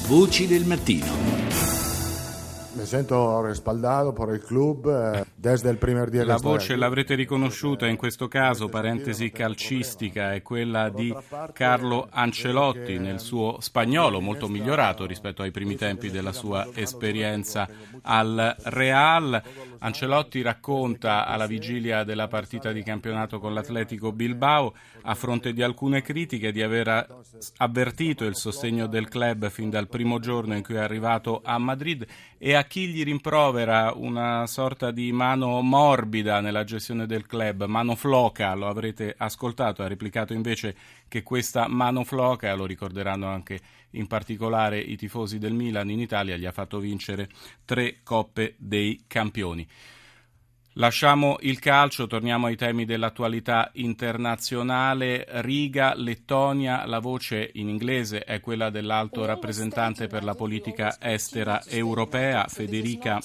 Voci del mattino. Mi sento respaldato por il club desde el primer día. La voce l'avrete riconosciuta, in questo caso, parentesi calcistica, è quella di Carlo Ancelotti nel suo spagnolo, molto migliorato rispetto ai primi tempi della sua esperienza al Real. Ancelotti racconta alla vigilia della partita di campionato con l'Atletico Bilbao, a fronte di alcune critiche, di aver avvertito il sostegno del club fin dal primo giorno in cui è arrivato a Madrid, e a chi gli rimprovera una sorta di mano morbida nella gestione del club, mano floca. Lo avrete ascoltato, ha replicato invece che questa mano floca, lo ricorderanno anche in particolare i tifosi del Milan in Italia, gli ha fatto vincere 3 Coppe dei Campioni. Lasciamo il calcio, torniamo ai temi dell'attualità internazionale. Riga, Lettonia, la voce in inglese è quella dell'alto rappresentante per la politica estera europea, Federica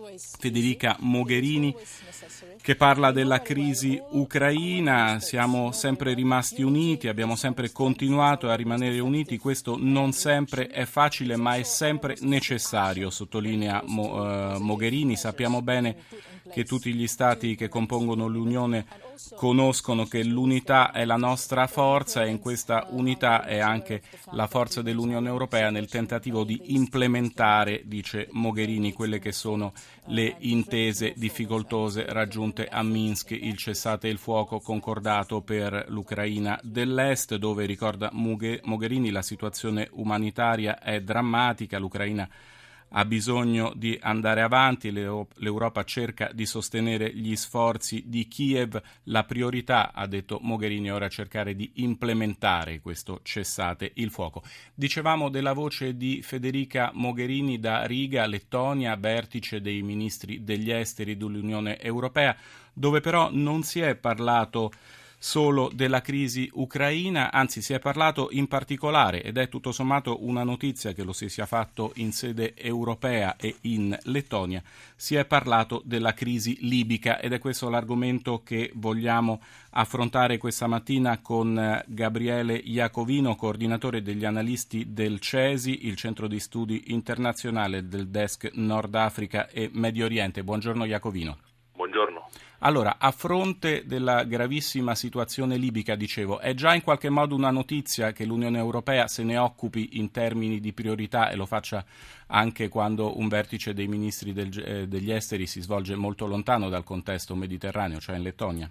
Mogherini, che parla della crisi ucraina. Siamo sempre rimasti uniti, abbiamo sempre continuato a rimanere uniti, questo non sempre è facile ma è sempre necessario, sottolinea Mogherini. Sappiamo bene che tutti gli stati che compongono l'Unione conoscono che l'unità è la nostra forza, e in questa unità è anche la forza dell'Unione Europea nel tentativo di implementare, dice Mogherini, quelle che sono le intese difficoltose raggiunte a Minsk, il cessate il fuoco concordato per l'Ucraina dell'Est, dove, ricorda Mogherini, la situazione umanitaria è drammatica, l'Ucraina ha bisogno di andare avanti, l'Europa cerca di sostenere gli sforzi di Kiev. La priorità, ha detto Mogherini, è ora cercare di implementare questo cessate il fuoco. Dicevamo della voce di Federica Mogherini da Riga, Lettonia, vertice dei ministri degli esteri dell'Unione Europea, dove però non si è parlato solo della crisi ucraina, anzi si è parlato in particolare, ed è tutto sommato una notizia che lo si sia fatto in sede europea e in Lettonia, si è parlato della crisi libica, ed è questo l'argomento che vogliamo affrontare questa mattina con Gabriele Iacovino, coordinatore degli analisti del CESI, il centro di studi internazionale del desk Nord Africa e Medio Oriente. Buongiorno Iacovino. Buongiorno. Allora, a fronte della gravissima situazione libica, dicevo, è già in qualche modo una notizia che l'Unione Europea se ne occupi in termini di priorità e lo faccia anche quando un vertice dei ministri degli esteri si svolge molto lontano dal contesto mediterraneo, cioè in Lettonia?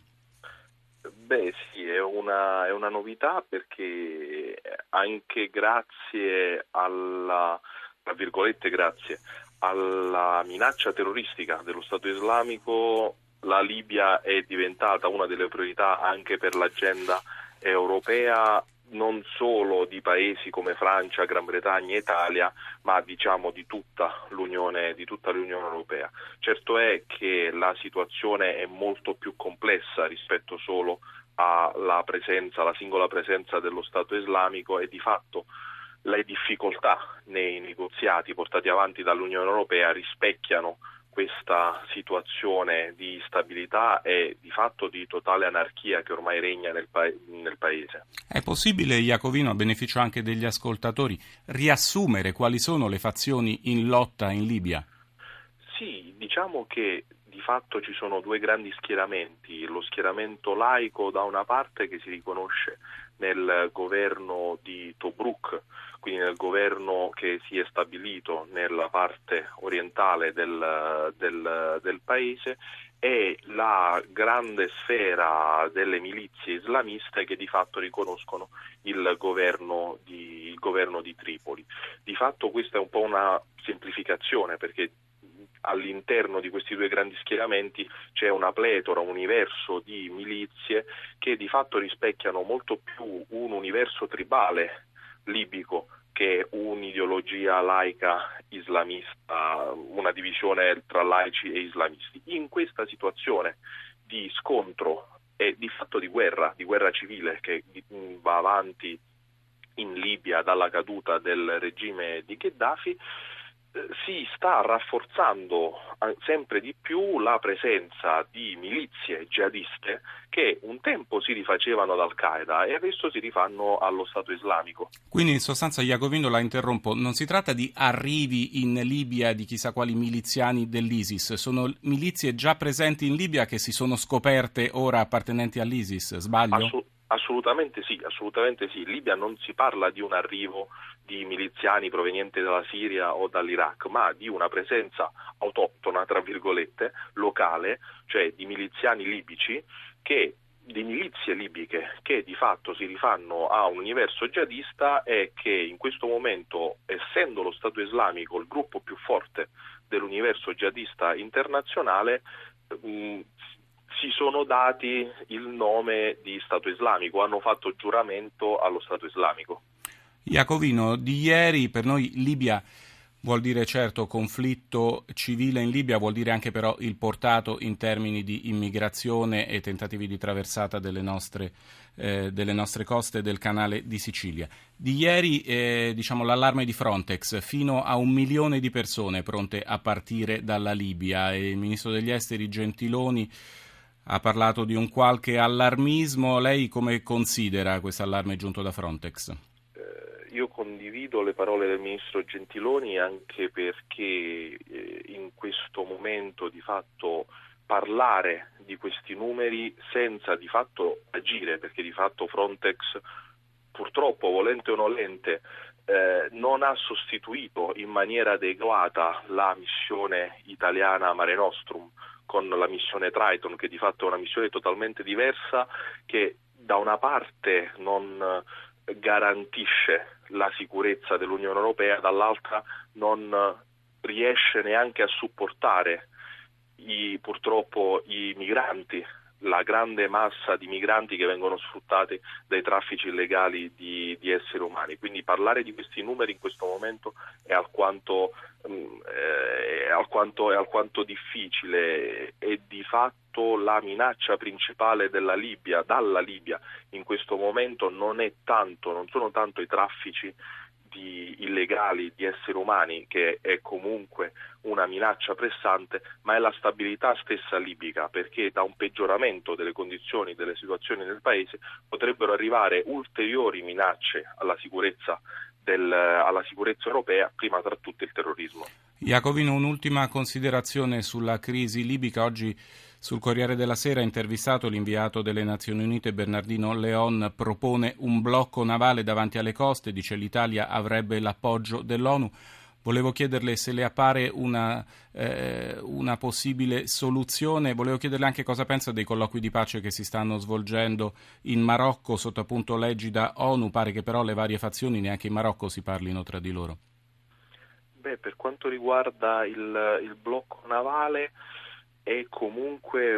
Beh sì, è una novità, perché anche grazie alla, tra virgolette, grazie alla minaccia terroristica dello Stato islamico, la Libia è diventata una delle priorità anche per l'agenda europea, non solo di paesi come Francia, Gran Bretagna e Italia, ma diciamo di tutta l'Unione Europea. Certo è che la situazione è molto più complessa rispetto solo alla singola presenza dello Stato islamico, e di fatto le difficoltà nei negoziati portati avanti dall'Unione Europea rispecchiano questa situazione di instabilità e di fatto di totale anarchia che ormai regna nel Paese. È possibile, Iacovino, a beneficio anche degli ascoltatori, riassumere quali sono le fazioni in lotta in Libia? Sì, diciamo che di fatto ci sono 2 grandi schieramenti: lo schieramento laico da una parte, che si riconosce nel governo di Tobruk, quindi nel governo che si è stabilito nella parte orientale del paese, e la grande sfera delle milizie islamiste che di fatto riconoscono il governo di Tripoli. Di fatto questa è un po' una semplificazione, perché all'interno di questi 2 grandi schieramenti c'è una pletora, un universo di milizie che di fatto rispecchiano molto più un universo tribale libico che un'ideologia laica islamista, una divisione tra laici e islamisti. In questa situazione di scontro e di fatto di guerra civile che va avanti in Libia dalla caduta del regime di Gheddafi, Si sta rafforzando sempre di più la presenza di milizie jihadiste che un tempo si rifacevano ad Al-Qaeda e adesso si rifanno allo Stato islamico. Quindi in sostanza, Iacovino, la interrompo, non si tratta di arrivi in Libia di chissà quali miliziani dell'ISIS, sono milizie già presenti in Libia che si sono scoperte ora appartenenti all'ISIS, sbaglio? Assolutamente sì, assolutamente sì. In Libia non si parla di un arrivo di miliziani provenienti dalla Siria o dall'Iraq, ma di una presenza autoctona, tra virgolette, locale, cioè di miliziani libici di milizie libiche che di fatto si rifanno a un universo jihadista e che in questo momento, essendo lo Stato islamico il gruppo più forte dell'universo jihadista internazionale, si sono dati il nome di Stato islamico, hanno fatto giuramento allo Stato islamico. Iacovino, di ieri per noi Libia vuol dire certo conflitto civile in Libia, vuol dire anche però il portato in termini di immigrazione e tentativi di traversata delle nostre coste del canale di Sicilia. Di ieri l'allarme di Frontex, fino a 1 milione di persone pronte a partire dalla Libia, e il ministro degli esteri Gentiloni ha parlato di un qualche allarmismo. Lei come considera questo allarme giunto da Frontex? Io condivido le parole del ministro Gentiloni anche perché in questo momento di fatto parlare di questi numeri senza di fatto agire, perché di fatto Frontex purtroppo, volente o nolente, non ha sostituito in maniera adeguata la missione italiana Mare Nostrum con la missione Triton, che di fatto è una missione totalmente diversa, che da una parte non garantisce la sicurezza dell'Unione Europea, dall'altra non riesce neanche a supportare purtroppo i migranti, la grande massa di migranti che vengono sfruttati dai traffici illegali di esseri umani. Quindi parlare di questi numeri in questo momento è alquanto alquanto difficile, e di fatto la minaccia principale dalla Libia in questo momento non sono tanto i traffici illegali di esseri umani, che è comunque una minaccia pressante, ma è la stabilità stessa libica, perché da un peggioramento delle condizioni, delle situazioni nel paese potrebbero arrivare ulteriori minacce alla sicurezza europea, prima tra tutte il terrorismo. Iacovino, un'ultima considerazione sulla crisi libica. Oggi sul Corriere della Sera ha intervistato l'inviato delle Nazioni Unite Bernardino Leon, propone un blocco navale davanti alle coste, dice l'Italia avrebbe l'appoggio dell'ONU. Volevo chiederle se le appare una possibile soluzione. Volevo chiederle anche cosa pensa dei colloqui di pace che si stanno svolgendo in Marocco sotto appunto l'egida ONU. Pare che però le varie fazioni neanche in Marocco si parlino tra di loro. Per quanto riguarda il blocco navale, è comunque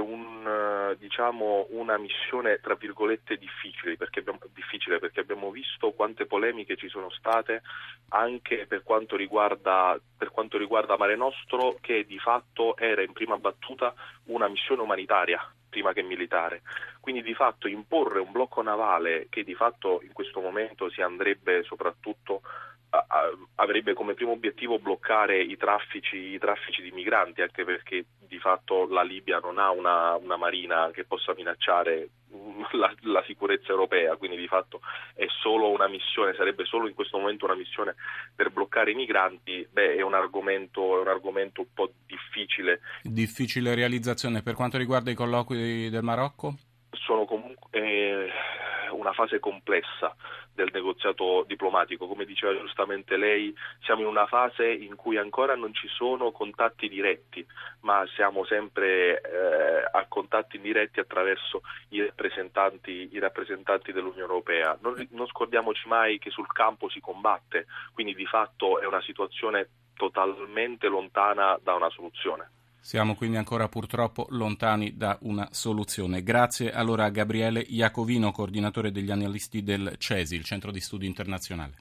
una missione tra virgolette difficile perché abbiamo visto quante polemiche ci sono state anche per quanto riguarda Mare Nostrum, che di fatto era in prima battuta una missione umanitaria prima che militare. Quindi di fatto imporre un blocco navale che di fatto in questo momento si andrebbe soprattutto avrebbe come primo obiettivo bloccare i traffici di migranti, anche perché di fatto la Libia non ha una marina che possa minacciare la sicurezza europea, quindi di fatto è solo una missione, sarebbe solo in questo momento una missione per bloccare i migranti. È un argomento un po' difficile. Difficile realizzazione. Per quanto riguarda i colloqui del Marocco? Sono comunque una fase complessa del negoziato diplomatico. Come diceva giustamente lei, siamo in una fase in cui ancora non ci sono contatti diretti, ma siamo sempre a contatti indiretti attraverso i rappresentanti dell'Unione Europea. Non scordiamoci mai che sul campo si combatte, quindi di fatto è una situazione totalmente lontana da una soluzione. Siamo quindi ancora purtroppo lontani da una soluzione. Grazie allora a Gabriele Iacovino, coordinatore degli analisti del CESI, il Centro di Studi Internazionale.